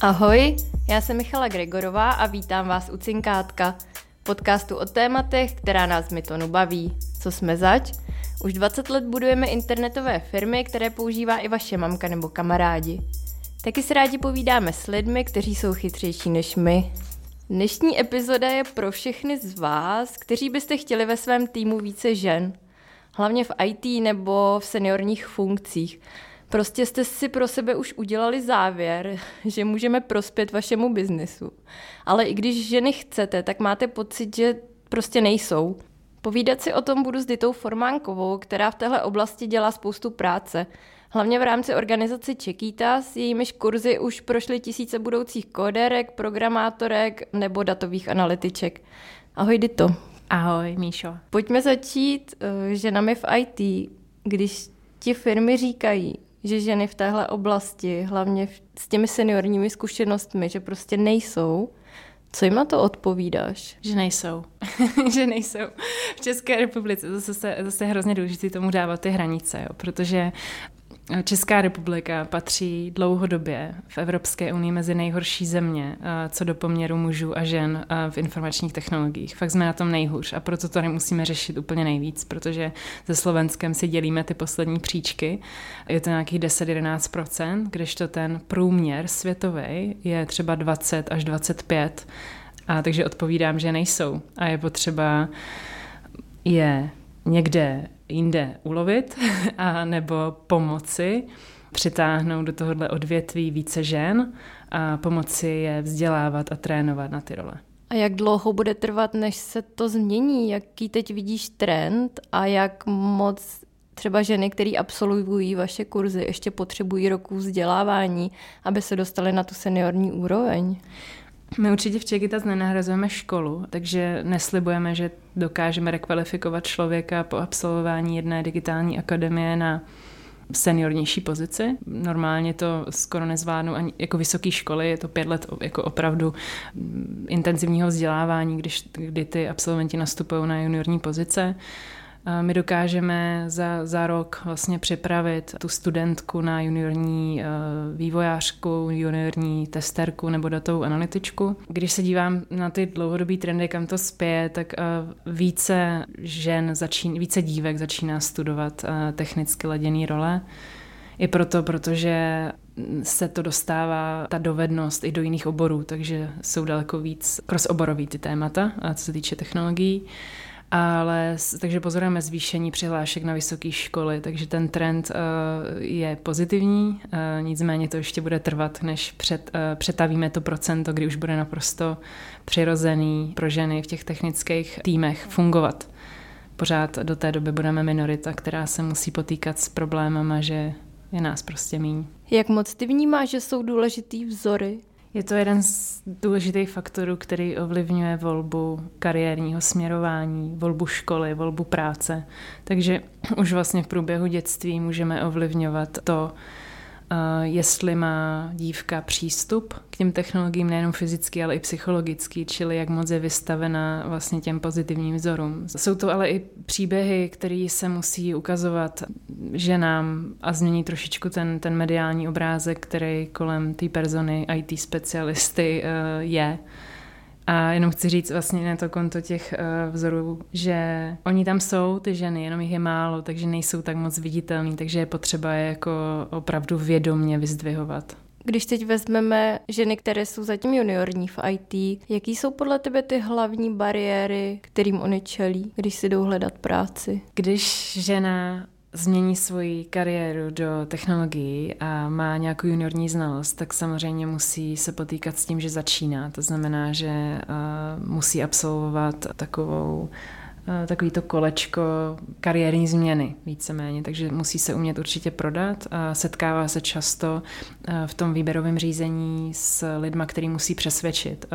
Ahoj, já jsem Michala Gregorová a vítám vás u Cinkátka, podcastu o tématech, která nás v Mytonu baví. Co jsme zač? Už 20 let budujeme internetové firmy, které používá i vaše mamka nebo kamarádi. Taky si rádi povídáme s lidmi, kteří jsou chytřejší než my. Dnešní epizoda je pro všechny z vás, kteří byste chtěli ve svém týmu více žen. Hlavně v IT nebo v seniorních funkcích. Prostě jste si pro sebe už udělali závěr, že můžeme prospět vašemu biznesu. Ale i když ženy chcete, tak máte pocit, že prostě nejsou. Povídat si o tom budu s Ditou Formánkovou, která v téhle oblasti dělá spoustu práce. Hlavně v rámci organizace Čekýta, s jejímiž kurzy už prošly tisíce budoucích kóderek, programátorek nebo datových analytiček. Ahoj Dito. Ahoj Míšo. Pojďme začít ženami v IT. Když ti firmy říkají, že ženy v téhle oblasti, hlavně s těmi seniorními zkušenostmi, že prostě nejsou, co jim na to odpovídáš? Že nejsou. Že nejsou. V České republice zase hrozně důležité tomu dávat ty hranice, jo, protože Česká republika patří dlouhodobě v Evropské unii mezi nejhorší země, co do poměru mužů a žen v informačních technologiích. Fakt jsme na tom nejhůř a proto to musíme řešit úplně nejvíc, protože se Slovenskem si dělíme ty poslední příčky. Je to nějakých 10-11%, kdežto ten průměr světový je třeba 20 až 25%. A takže odpovídám, že nejsou. A je potřeba je někde jinde ulovit a nebo pomoci přitáhnout do tohohle odvětví více žen a pomoci je vzdělávat a trénovat na ty role. A jak dlouho bude trvat, než se to změní? Jaký teď vidíš trend a jak moc třeba ženy, které absolvují vaše kurzy, ještě potřebují roku vzdělávání, aby se dostaly na tu seniorní úroveň? My určitě v Čekýtas nenahrazujeme školu, takže neslibujeme, že dokážeme rekvalifikovat člověka po absolvování jedné digitální akademie na seniornější pozici. Normálně to skoro nezvládnou ani jako vysoké školy, je to 5 let jako opravdu intenzivního vzdělávání, kdy ty absolventi nastupují na juniorní pozice. My dokážeme za rok vlastně připravit tu studentku na juniorní vývojářku, juniorní testerku nebo datovou analytičku. Když se dívám na ty dlouhodobý trendy, kam to spěje, tak více dívek začíná studovat technicky laděné role. I protože se to dostává, ta dovednost, i do jiných oborů, takže jsou daleko víc crossoborový ty témata, co se týče technologií. Takže pozorujeme zvýšení přihlášek na vysoké školy, takže ten trend je pozitivní, nicméně to ještě bude trvat, než přetavíme to procento, kdy už bude naprosto přirozený pro ženy v těch technických týmech fungovat. Pořád do té doby budeme minorita, která se musí potýkat s problémama, že je nás prostě míň. Jak moc ty vnímáš, že jsou důležitý vzory? Je to jeden z důležitých faktorů, který ovlivňuje volbu kariérního směrování, volbu školy, volbu práce. Takže už vlastně v průběhu dětství můžeme ovlivňovat to, jestli má dívka přístup k těm technologiím nejenom fyzický, ale i psychologický, čili jak moc je vystavena vlastně těm pozitivním vzorům. Jsou to ale i příběhy, které se musí ukazovat ženám a změní trošičku ten mediální obrázek, který kolem té persony IT specialisty je. A jenom chci říct vlastně na to konto těch vzorů, že oni tam jsou, ty ženy, jenom jich je málo, takže nejsou tak moc viditelný, takže je potřeba je jako opravdu vědomně vyzdvihovat. Když teď vezmeme ženy, které jsou zatím juniorní v IT, jaký jsou podle tebe ty hlavní bariéry, kterým oni čelí, když si jdou hledat práci? Když žena změní svoji kariéru do technologií a má nějakou juniorní znalost, tak samozřejmě musí se potýkat s tím, že začíná. To znamená, že musí absolvovat takovýto kolečko kariérní změny víceméně, takže musí se umět určitě prodat a setkává se často v tom výběrovém řízení s lidma, který musí přesvědčit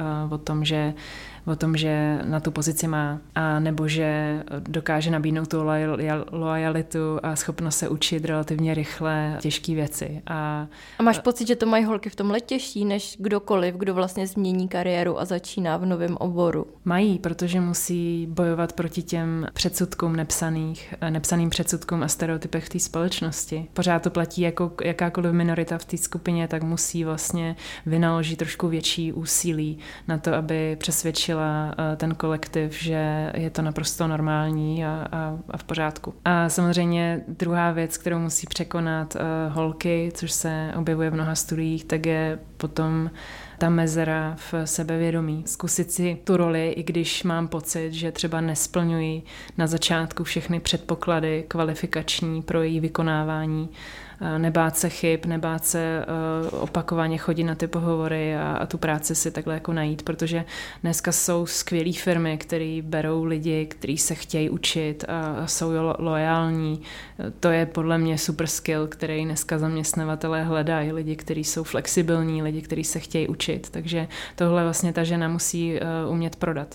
o tom, že na tu pozici má, a nebo že dokáže nabídnout tu loajalitu a schopnost se učit relativně rychle těžké věci. A máš pocit, že to mají holky v tomhle těžší než kdokoliv, kdo vlastně změní kariéru a začíná v novém oboru? Mají, protože musí bojovat proti proti těm předsudkům nepsaným předsudkům a stereotypech v té společnosti. Pořád to platí jako jakákoliv minorita v té skupině, tak musí vlastně vynaložit trošku větší úsilí na to, aby přesvědčila ten kolektiv, že je to naprosto normální a v pořádku. A samozřejmě druhá věc, kterou musí překonat holky, což se objevuje v mnoha studiích, tak je potom ta mezera v sebevědomí. Zkusit si tu roli, i když mám pocit, že třeba nesplňuji na začátku všechny předpoklady kvalifikační pro její vykonávání. Nebát se chyb, nebát se opakovaně chodit na ty pohovory a tu práci si takhle jako najít, protože dneska jsou skvělé firmy, které berou lidi, kteří se chtějí učit a jsou loajální. To je podle mě super skill, který dneska zaměstnavatelé hledají. Lidi, kteří jsou flexibilní, lidi, kteří se chtějí učit. Takže tohle vlastně ta žena musí umět prodat.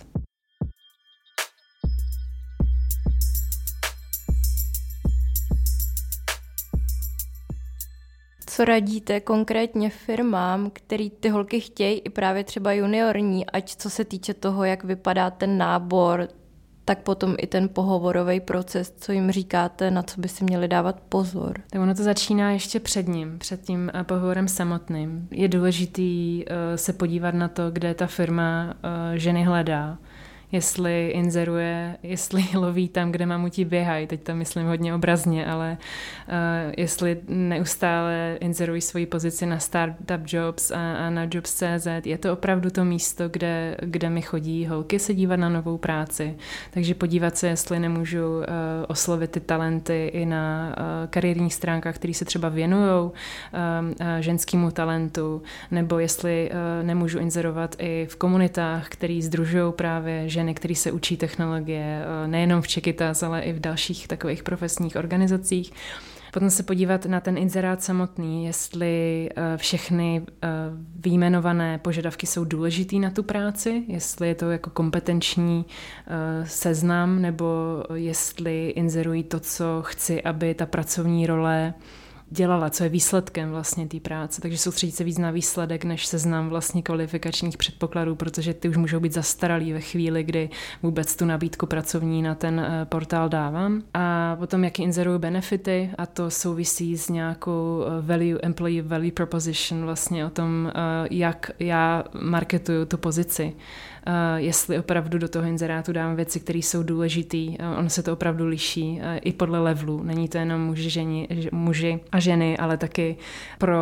Co radíte konkrétně firmám, který ty holky chtějí, i právě třeba juniorní, ať co se týče toho, jak vypadá ten nábor, tak potom i ten pohovorový proces, co jim říkáte, na co by si měli dávat pozor? Tak ono to začíná ještě před tím pohovorem samotným. Je důležitý se podívat na to, kde ta firma ženy hledá. Jestli inzeruje, jestli loví tam, kde mamuti běhají, teď to myslím hodně obrazně, ale jestli neustále inzerují svoji pozici na Startup Jobs a na Jobs.cz, je to opravdu to místo, kde mi chodí holky se dívat na novou práci. Takže podívat se, jestli nemůžu oslovit ty talenty i na kariérních stránkách, které se třeba věnujou ženskému talentu, nebo jestli nemůžu inzerovat i v komunitách, které sdružují právě ženy, který se učí technologie, nejenom v Čekytas, ale i v dalších takových profesních organizacích. Potom se podívat na ten inzerát samotný, jestli všechny vyjmenované požadavky jsou důležitý na tu práci, jestli je to jako kompetenční seznam, nebo jestli inzerují to, co chci, aby ta pracovní role dělala, co je výsledkem vlastně té práce. Takže soustředit se víc na výsledek, než seznam vlastně kvalifikačních předpokladů, protože ty už můžou být zastaralý ve chvíli, kdy vůbec tu nabídku pracovní na ten portál dávám. A potom, jak inzerují benefity, a to souvisí s nějakou employee value proposition, vlastně o tom, jak já marketuju tu pozici. Jestli opravdu do toho inzerátu dám věci, které jsou důležitý. Ono se to opravdu liší i podle levelu. Není to jenom muži a ženy, ale taky pro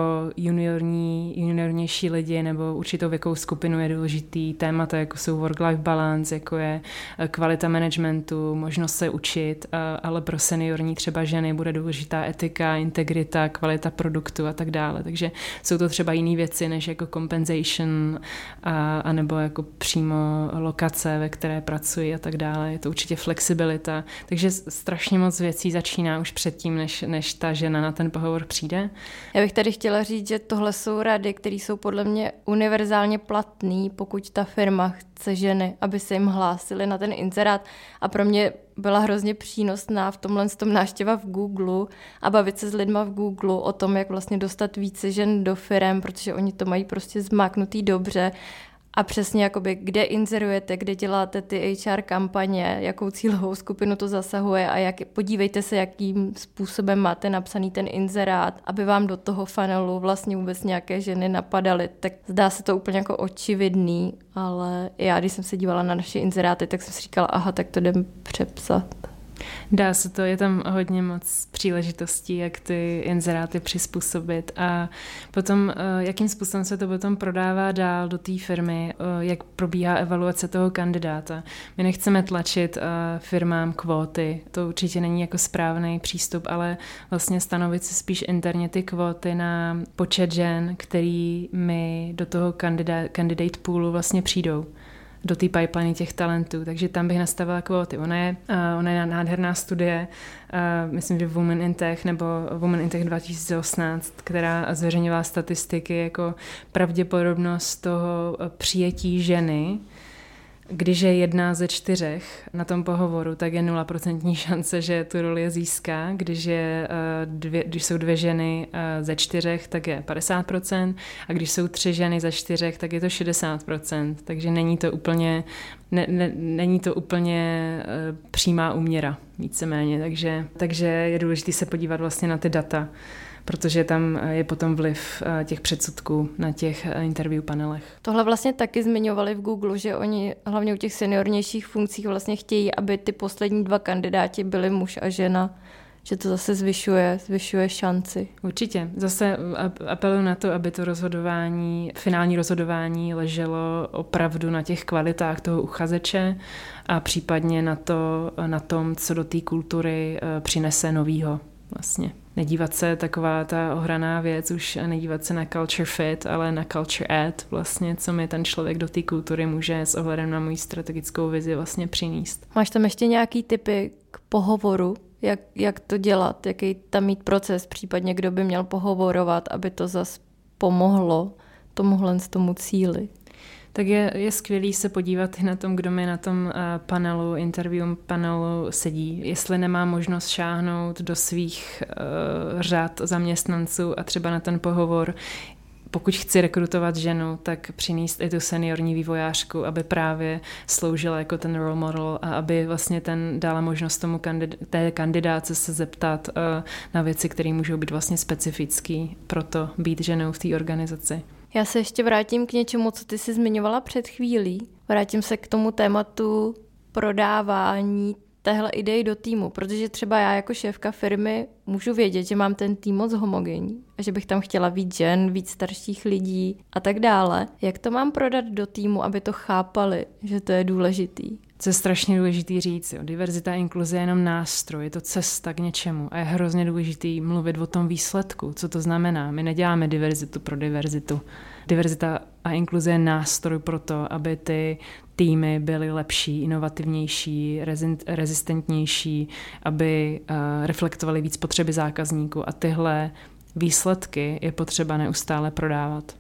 juniornější lidi nebo určitou věkovou skupinu je důležitý témata, jako jsou work-life balance, jako je kvalita managementu, možnost se učit, ale pro seniorní třeba ženy bude důležitá etika, integrita, kvalita produktu a tak dále. Takže jsou to třeba jiné věci, než jako compensation a nebo jako přímo lokace, ve které pracuji a tak dále. Je to určitě flexibilita. Takže strašně moc věcí začíná už předtím, než ta žena na ten pohovor přijde. Já bych tady chtěla říct, že tohle jsou rady, které jsou podle mě univerzálně platný, pokud ta firma chce ženy, aby se jim hlásily na ten inzerát. A pro mě byla hrozně přínosná v tomhle návštěva v Google a bavit se s lidma v Google o tom, jak vlastně dostat více žen do firem, protože oni to mají prostě zmáknutý dobře. A přesně jakoby, kde inzerujete, kde děláte ty HR kampaně, jakou cílovou skupinu to zasahuje a podívejte se, jakým způsobem máte napsaný ten inzerát, aby vám do toho funnelu vlastně vůbec nějaké ženy napadaly. Tak zdá se to úplně jako očividný, ale já, když jsem se dívala na naše inzeráty, tak jsem si říkala, aha, tak to jdem přepsat. Dá se to, je tam hodně moc příležitostí, jak ty inzeráty přizpůsobit a potom, jakým způsobem se to potom prodává dál do té firmy, jak probíhá evaluace toho kandidáta. My nechceme tlačit firmám kvóty, to určitě není jako správný přístup, ale vlastně stanovit si spíš interně ty kvóty na počet žen, který mi do toho candidate poolu vlastně přijdou, do té pipeline těch talentů, takže tam bych nastavila kvóty. Ona je nádherná studie, myslím, že Women in Tech nebo Women in Tech 2018, která zveřejňovala statistiky jako pravděpodobnost toho přijetí ženy když je 1 ze 4 na tom pohovoru, tak je 0% šance, že tu roli získá. Když jsou 2 ženy ze 4, tak je 50%. A když jsou 3 ženy ze 4, tak je to 60%. Takže není to úplně přímá úměra, víceméně. Takže je důležité se podívat vlastně na ty data, protože tam je potom vliv těch předsudků na těch interview panelech. Tohle vlastně taky zmiňovali v Google, že oni hlavně u těch seniornějších funkcích vlastně chtějí, aby ty poslední 2 kandidáti byli muž a žena, že to zase zvyšuje šanci. Určitě. Zase apeluji na to, aby to finální rozhodování leželo opravdu na těch kvalitách toho uchazeče a případně na tom, co do té kultury přinese novýho vlastně. Nedívat se, taková ta ohraná věc, už nedívat se na culture fit, ale na culture add, vlastně, co mi ten člověk do té kultury může s ohledem na moji strategickou vizi vlastně přinést. Máš tam ještě nějaký tipy k pohovoru? Jak to dělat? Jaký tam mít proces? Případně kdo by měl pohovorovat, aby to zas pomohlo tomu cíli? Tak je skvělý se podívat i na tom, kdo mi na tom interview panelu sedí. Jestli nemá možnost šáhnout do svých řad zaměstnanců a třeba na ten pohovor, pokud chci rekrutovat ženu, tak přinést i tu seniorní vývojářku, aby právě sloužila jako ten role model a aby vlastně dala možnost té kandidáce se zeptat na věci, které můžou být vlastně specifické pro to být ženou v té organizaci. Já se ještě vrátím k něčemu, co ty jsi zmiňovala před chvílí. Vrátím se k tomu tématu prodávání téhle idei do týmu, protože třeba já jako šéfka firmy můžu vědět, že mám ten tým moc homogenní a že bych tam chtěla víc žen, víc starších lidí a tak dále. Jak to mám prodat do týmu, aby to chápali, že to je důležitý? Co je strašně důležitý říct, diverzita a inkluze je jenom nástroj, je to cesta k něčemu a je hrozně důležitý mluvit o tom výsledku, co to znamená. My neděláme diverzitu pro diverzitu. Diverzita a inkluze je nástroj pro to, aby ty týmy byly lepší, inovativnější, rezistentnější, aby reflektovaly víc potřeby zákazníků a tyhle výsledky je potřeba neustále prodávat.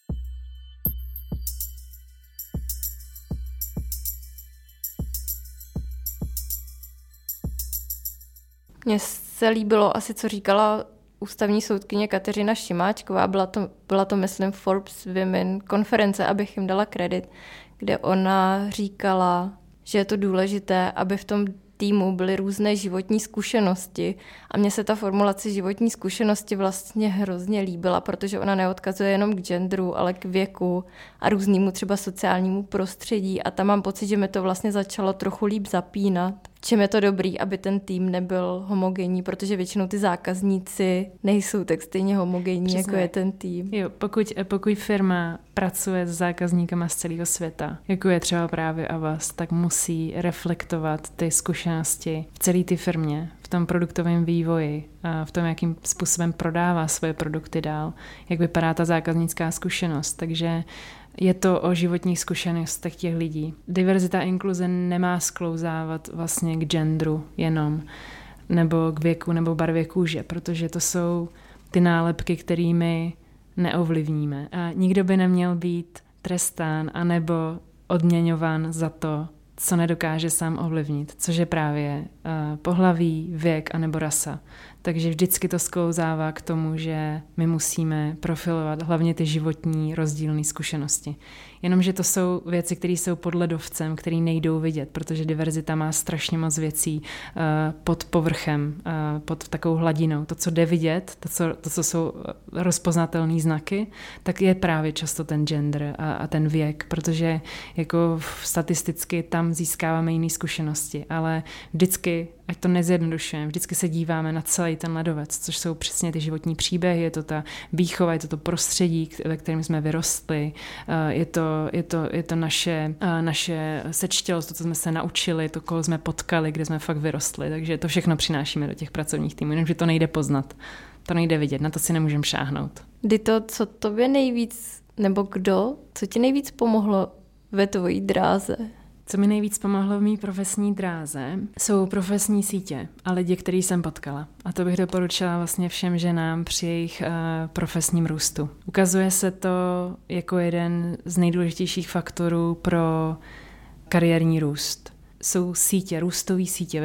Mně se líbilo asi, co říkala ústavní soudkyně Kateřina Šimáčková, byla to myslím Forbes Women konference, abych jim dala kredit, kde ona říkala, že je to důležité, aby v tom týmu byly různé životní zkušenosti a mně se ta formulace životní zkušenosti vlastně hrozně líbila, protože ona neodkazuje jenom k genderu, ale k věku a různému třeba sociálnímu prostředí a tam mám pocit, že mi to vlastně začalo trochu líp zapínat. V čem je to dobrý, aby ten tým nebyl homogenní, protože většinou ty zákazníci nejsou tak stejně homogenní, přesně, jako je ten tým. Jo, pokud firma pracuje s zákazníkama z celého světa, jako je třeba právě Avast, tak musí reflektovat ty zkušenosti v celé té firmě, v tom produktovém vývoji, a v tom, jakým způsobem prodává svoje produkty dál, jak vypadá ta zákaznická zkušenost. Takže je to o životních zkušenostech těch lidí. Diverzita a inkluze nemá sklouzávat vlastně k genderu jenom, nebo k věku, nebo barvě kůže, protože to jsou ty nálepky, kterými neovlivníme. A nikdo by neměl být trestán anebo odměňován za to, co nedokáže sám ovlivnit, což je právě pohlaví, věk anebo rasa. Takže vždycky to sklouzává k tomu, že my musíme profilovat hlavně ty životní rozdílné zkušenosti. Jenomže to jsou věci, které jsou pod ledovcem, které nejdou vidět, protože diverzita má strašně moc věcí pod povrchem, pod takovou hladinou. To, co jde vidět, to, co jsou rozpoznatelné znaky, tak je právě často ten gender a ten věk, protože jako statisticky tam získáváme jiné zkušenosti, ale vždycky, ať to nezjednodušujeme, vždycky se díváme na celý ten ledovec, což jsou přesně ty životní příběhy, je to ta výchova, je to prostředí, ve kterém jsme vyrostli, je to naše sečtělost, to, co jsme se naučili, to, koho jsme potkali, kde jsme fakt vyrostli, takže to všechno přinášíme do těch pracovních týmů, jenomže to nejde poznat, to nejde vidět, na to si nemůžeme šáhnout. Dito, co tobě nejvíc, nebo co ti nejvíc pomohlo ve tvojí dráze? Co mi nejvíc pomohlo v mý profesní dráze, jsou profesní sítě a lidi, který jsem potkala. A to bych doporučila vlastně všem ženám při jejich profesním růstu. Ukazuje se to jako jeden z nejdůležitějších faktorů pro kariérní růst. Jsou sítě, růstové sítě,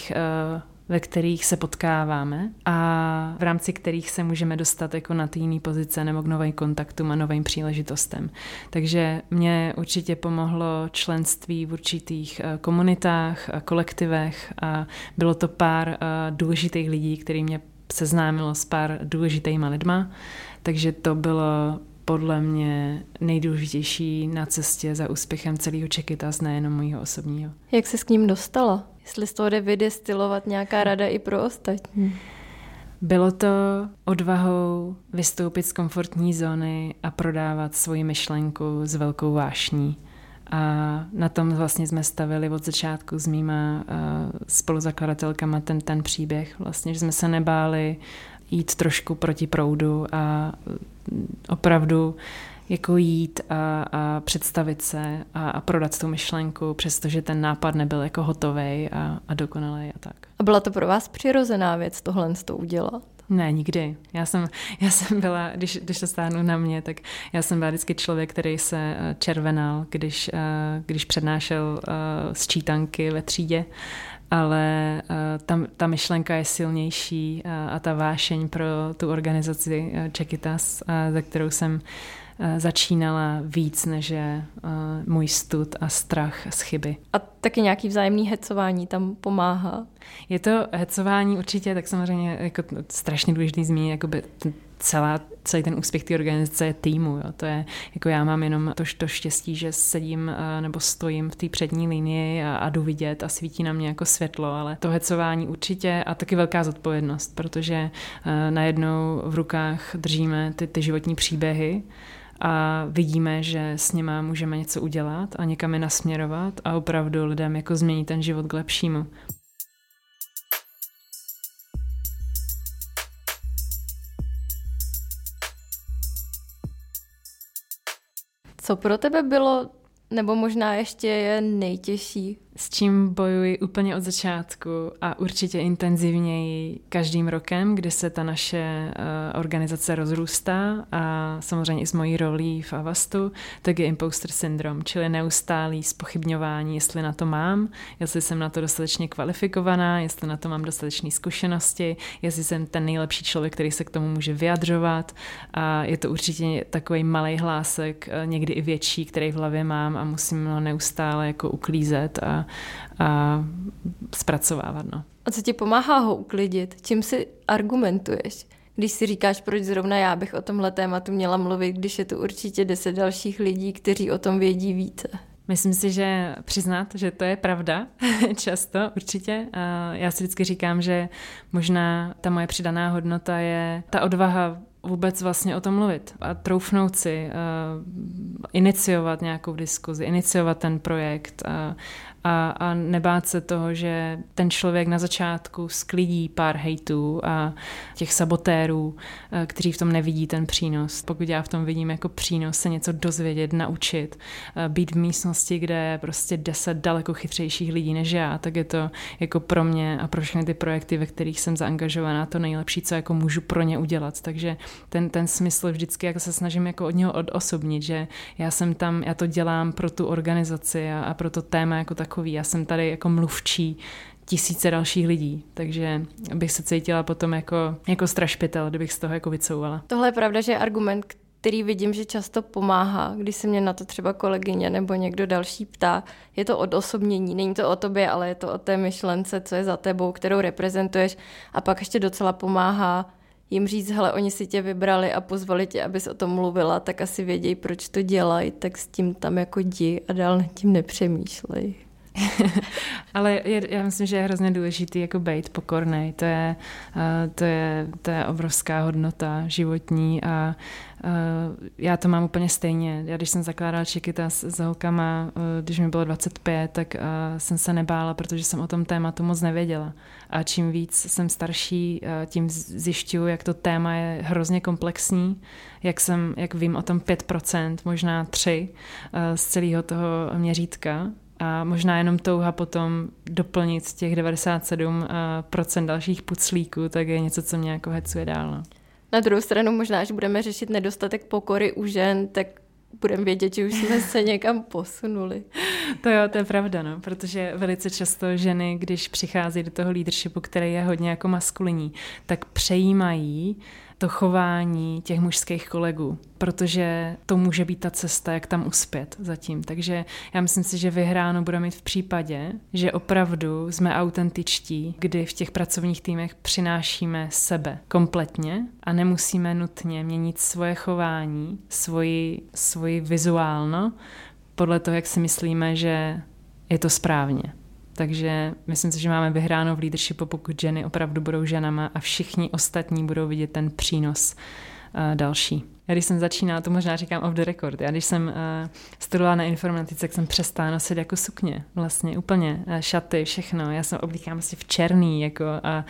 ve kterých se potkáváme a v rámci kterých se můžeme dostat jako na ty jiné pozice nebo k novým kontaktům a novým příležitostem. Takže mě určitě pomohlo členství v určitých komunitách a kolektivech a bylo to pár důležitých lidí, který mě seznámilo s pár důležitýma lidma, takže to bylo podle mě nejdůležitější na cestě za úspěchem celého Čekytas, nejenom mojho osobního. Jak se k ním dostala? Jestli z toho jde vydestilovat nějaká rada i pro ostatní? Bylo to odvahou vystoupit z komfortní zóny a prodávat svoji myšlenku s velkou vášní. A na tom vlastně jsme stavili od začátku s mýma spoluzakladatelkama ten příběh. Vlastně, že jsme se nebáli jít trošku proti proudu a opravdu jako jít a představit se a prodat tu myšlenku, přestože ten nápad nebyl jako hotovej a dokonalej a tak. A byla to pro vás přirozená věc tohle to udělat? Ne, nikdy. Já jsem byla, když to stáhnu na mě, tak já jsem byla vždycky člověk, který se červenal, když přednášel sčítanky ve třídě, ale ta myšlenka je silnější a ta vášeň pro tu organizaci Čekytas, za kterou jsem začínala víc, než je můj stud a strach z chyby. A taky nějaký vzájemný hecování tam pomáhá? Je to hecování určitě, tak samozřejmě jako strašně důležitý zmínit, jakoby celý ten úspěch té organizace je týmu. Jo. To je, jako já mám jenom to štěstí, že sedím nebo stojím v té přední linii a jdu vidět a svítí na mě jako světlo, ale to hecování určitě a taky velká zodpovědnost, protože najednou v rukách držíme ty životní příběhy a vidíme, že s nima můžeme něco udělat a někam je nasměrovat a opravdu lidem jako změnit ten život k lepšímu. Co pro tebe bylo, nebo možná ještě je nejtěžší? S čím bojuji úplně od začátku a určitě intenzivněji každým rokem, kdy se ta naše organizace rozrůstá a samozřejmě i s mojí rolí v Avastu, tak je imposter syndrom, čili neustálý zpochybňování, jestli na to mám, jestli jsem na to dostatečně kvalifikovaná, jestli na to mám dostatečné zkušenosti, jestli jsem ten nejlepší člověk, který se k tomu může vyjadřovat a je to určitě takový malej hlásek, někdy i větší, který v hlavě mám a musím ho neustále jako uklízet a zpracovávat. No. A co ti pomáhá ho uklidit? Čím si argumentuješ? Když si říkáš, proč zrovna já bych o tomhle tématu měla mluvit, když je tu určitě 10 dalších lidí, kteří o tom vědí více. Myslím si, že přiznat, že to je pravda, často určitě. Já si vždycky říkám, že možná ta moje přidaná hodnota je ta odvaha vůbec vlastně o tom mluvit a troufnout si, iniciovat nějakou diskuzi, iniciovat ten projekt a nebát se toho, že ten člověk na začátku sklidí pár hejtů a těch sabotérů, kteří v tom nevidí ten přínos. Pokud já v tom vidím jako přínos se něco dozvědět, naučit, být v místnosti, kde je prostě 10 daleko chytřejších lidí než já, tak je to jako pro mě a pro všechny ty projekty, ve kterých jsem zaangažovaná, to nejlepší, co jako můžu pro ně udělat. Takže ten smysl vždycky jako se snažím jako od něho odosobnit, že já jsem tam, já to dělám pro tu organizaci a pro to téma jako takový. Já jsem tady jako mluvčí tisíce dalších lidí, takže bych se cítila potom jako strašpitel, kdybych z toho jako vycouvala. Tohle je pravda, že je argument, který vidím, že často pomáhá, když se mě na to třeba kolegyně nebo někdo další ptá. Je to odosobnění, není to o tobě, ale je to o té myšlence, co je za tebou, kterou reprezentuješ a pak ještě docela pomáhá jim říct, hele, oni si tě vybrali a pozvali tě, abys o tom mluvila, tak asi vědějí, proč to dělají, tak s tím tam jako jdi a dál nad tím nepřemýšlej. Ale já myslím, že je hrozně důležitý jako bejt pokornej. To je obrovská hodnota životní a já to mám úplně stejně. Já když jsem zakládala Čekytas s holkama, když mi bylo 25, tak jsem se nebála, protože jsem o tom tématu moc nevěděla. A čím víc jsem starší, tím zjišťuju, jak to téma je hrozně komplexní, jak vím o tom 5%, možná 3% z celého toho měřítka. A možná jenom touha potom doplnit těch 97% dalších puclíků, tak je něco, co mě jako hecuje dál. No. Na druhou stranu možná, že budeme řešit nedostatek pokory u žen, tak budeme vědět, že už jsme se někam posunuli. To je pravda, no, protože velice často ženy, když přichází do toho leadershipu, který je hodně jako maskulinní, tak přejímají to chování těch mužských kolegů, protože to může být ta cesta, jak tam uspět zatím. Takže já myslím si, že vyhráno bude mít v případě, že opravdu jsme autentičtí, kdy v těch pracovních týmech přinášíme sebe kompletně a nemusíme nutně měnit svoje chování, svoji vizuálno podle toho, jak si myslíme, že je to správně. Takže myslím si, že máme vyhráno v leadershipu, pokud ženy opravdu budou ženama a všichni ostatní budou vidět ten přínos další. Já když jsem začínala, to možná říkám off the record, já když jsem studovala na informatice, tak jsem přestala nosit jako sukně, vlastně úplně šaty, všechno. Já jsem oblíkám vlastně v černý jako a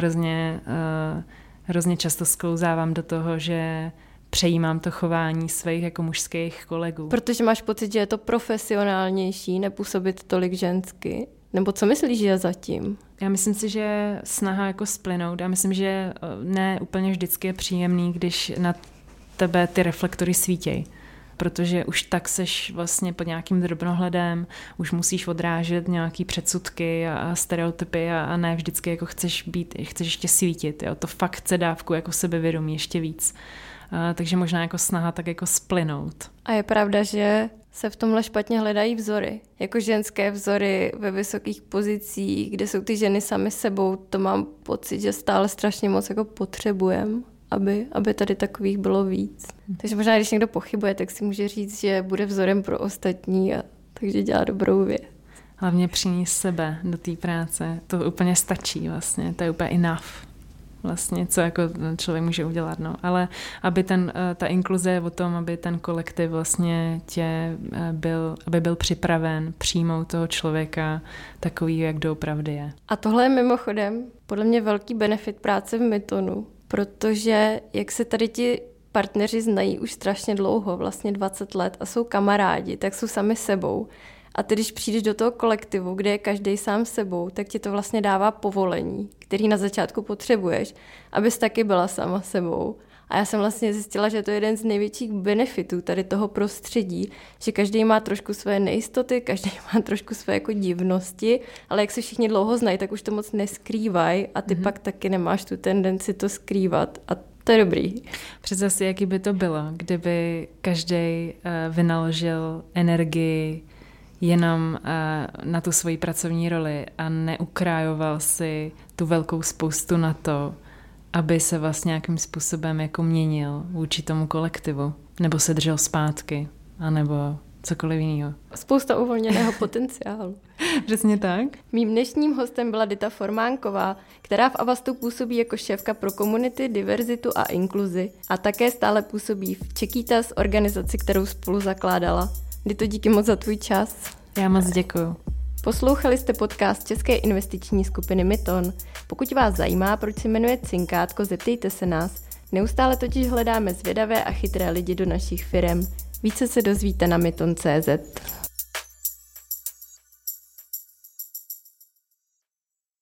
hrozně často sklouzávám do toho, že přejímám to chování svých jako mužských kolegů. Protože máš pocit, že je to profesionálnější, nepůsobit tolik žensky? Nebo co myslíš, že je zatím? Já myslím si, že snaha jako splynout. Já myslím, že ne úplně vždycky je příjemný, když na tebe ty reflektory svítějí. Protože už tak seš vlastně pod nějakým drobnohledem, už musíš odrážet nějaký předsudky a stereotypy a ne vždycky jako chceš ještě svítit. Jo? To fakt chce dávku jako sebevědomí ještě víc. Takže možná jako snaha tak jako splynout. A je pravda, že se v tomhle špatně hledají vzory. Jako ženské vzory ve vysokých pozicích, kde jsou ty ženy sami sebou, to mám pocit, že stále strašně moc jako potřebujeme, aby tady takových bylo víc. Takže možná, když někdo pochybuje, tak si může říct, že bude vzorem pro ostatní a takže dělá dobrou věc. Hlavně přinést sebe do té práce. To úplně stačí vlastně, to je úplně enough. Vlastně, co jako člověk může udělat, no. Ale aby ta inkluze je o tom, aby ten kolektiv vlastně aby byl připraven přijmout toho člověka takový, jak doopravdy je. A tohle je mimochodem podle mě velký benefit práce v Mytonu, protože jak se tady ti partneři znají už strašně dlouho, vlastně 20 let a jsou kamarádi, tak jsou sami sebou. A ty, když přijdeš do toho kolektivu, kde je každý sám sebou, tak ti to vlastně dává povolení, který na začátku potřebuješ, abys taky byla sama sebou. A já jsem vlastně zjistila, že to je jeden z největších benefitů tady toho prostředí, že každý má trošku své nejistoty, každý má trošku své jako divnosti, ale jak se všichni dlouho znají, tak už to moc neskrývají a ty pak taky nemáš tu tendenci to skrývat a to je dobrý. Představ si, jaký by to bylo, kdyby každý vynaložil energii jenom na tu svoji pracovní roli a neukrájoval si tu velkou spoustu na to, aby se vlastně nějakým způsobem jako měnil vůči tomu kolektivu, nebo se držel zpátky, anebo cokoliv jiného. Spousta uvolněného potenciálu. Přesně tak. Mým dnešním hostem byla Dita Formánková, která v Avastu působí jako šéfka pro komunity, diverzitu a inkluzi a také stále působí v Čekytas, organizaci, kterou spolu zakládala. Dito, díky moc za tvůj čas. Já moc děkuju. Poslouchali jste podcast České investiční skupiny Myton. Pokud vás zajímá, proč se jmenuje Cinkátko, zeptejte se nás. Neustále totiž hledáme zvědavé a chytré lidi do našich firem. Více se dozvíte na myton.cz.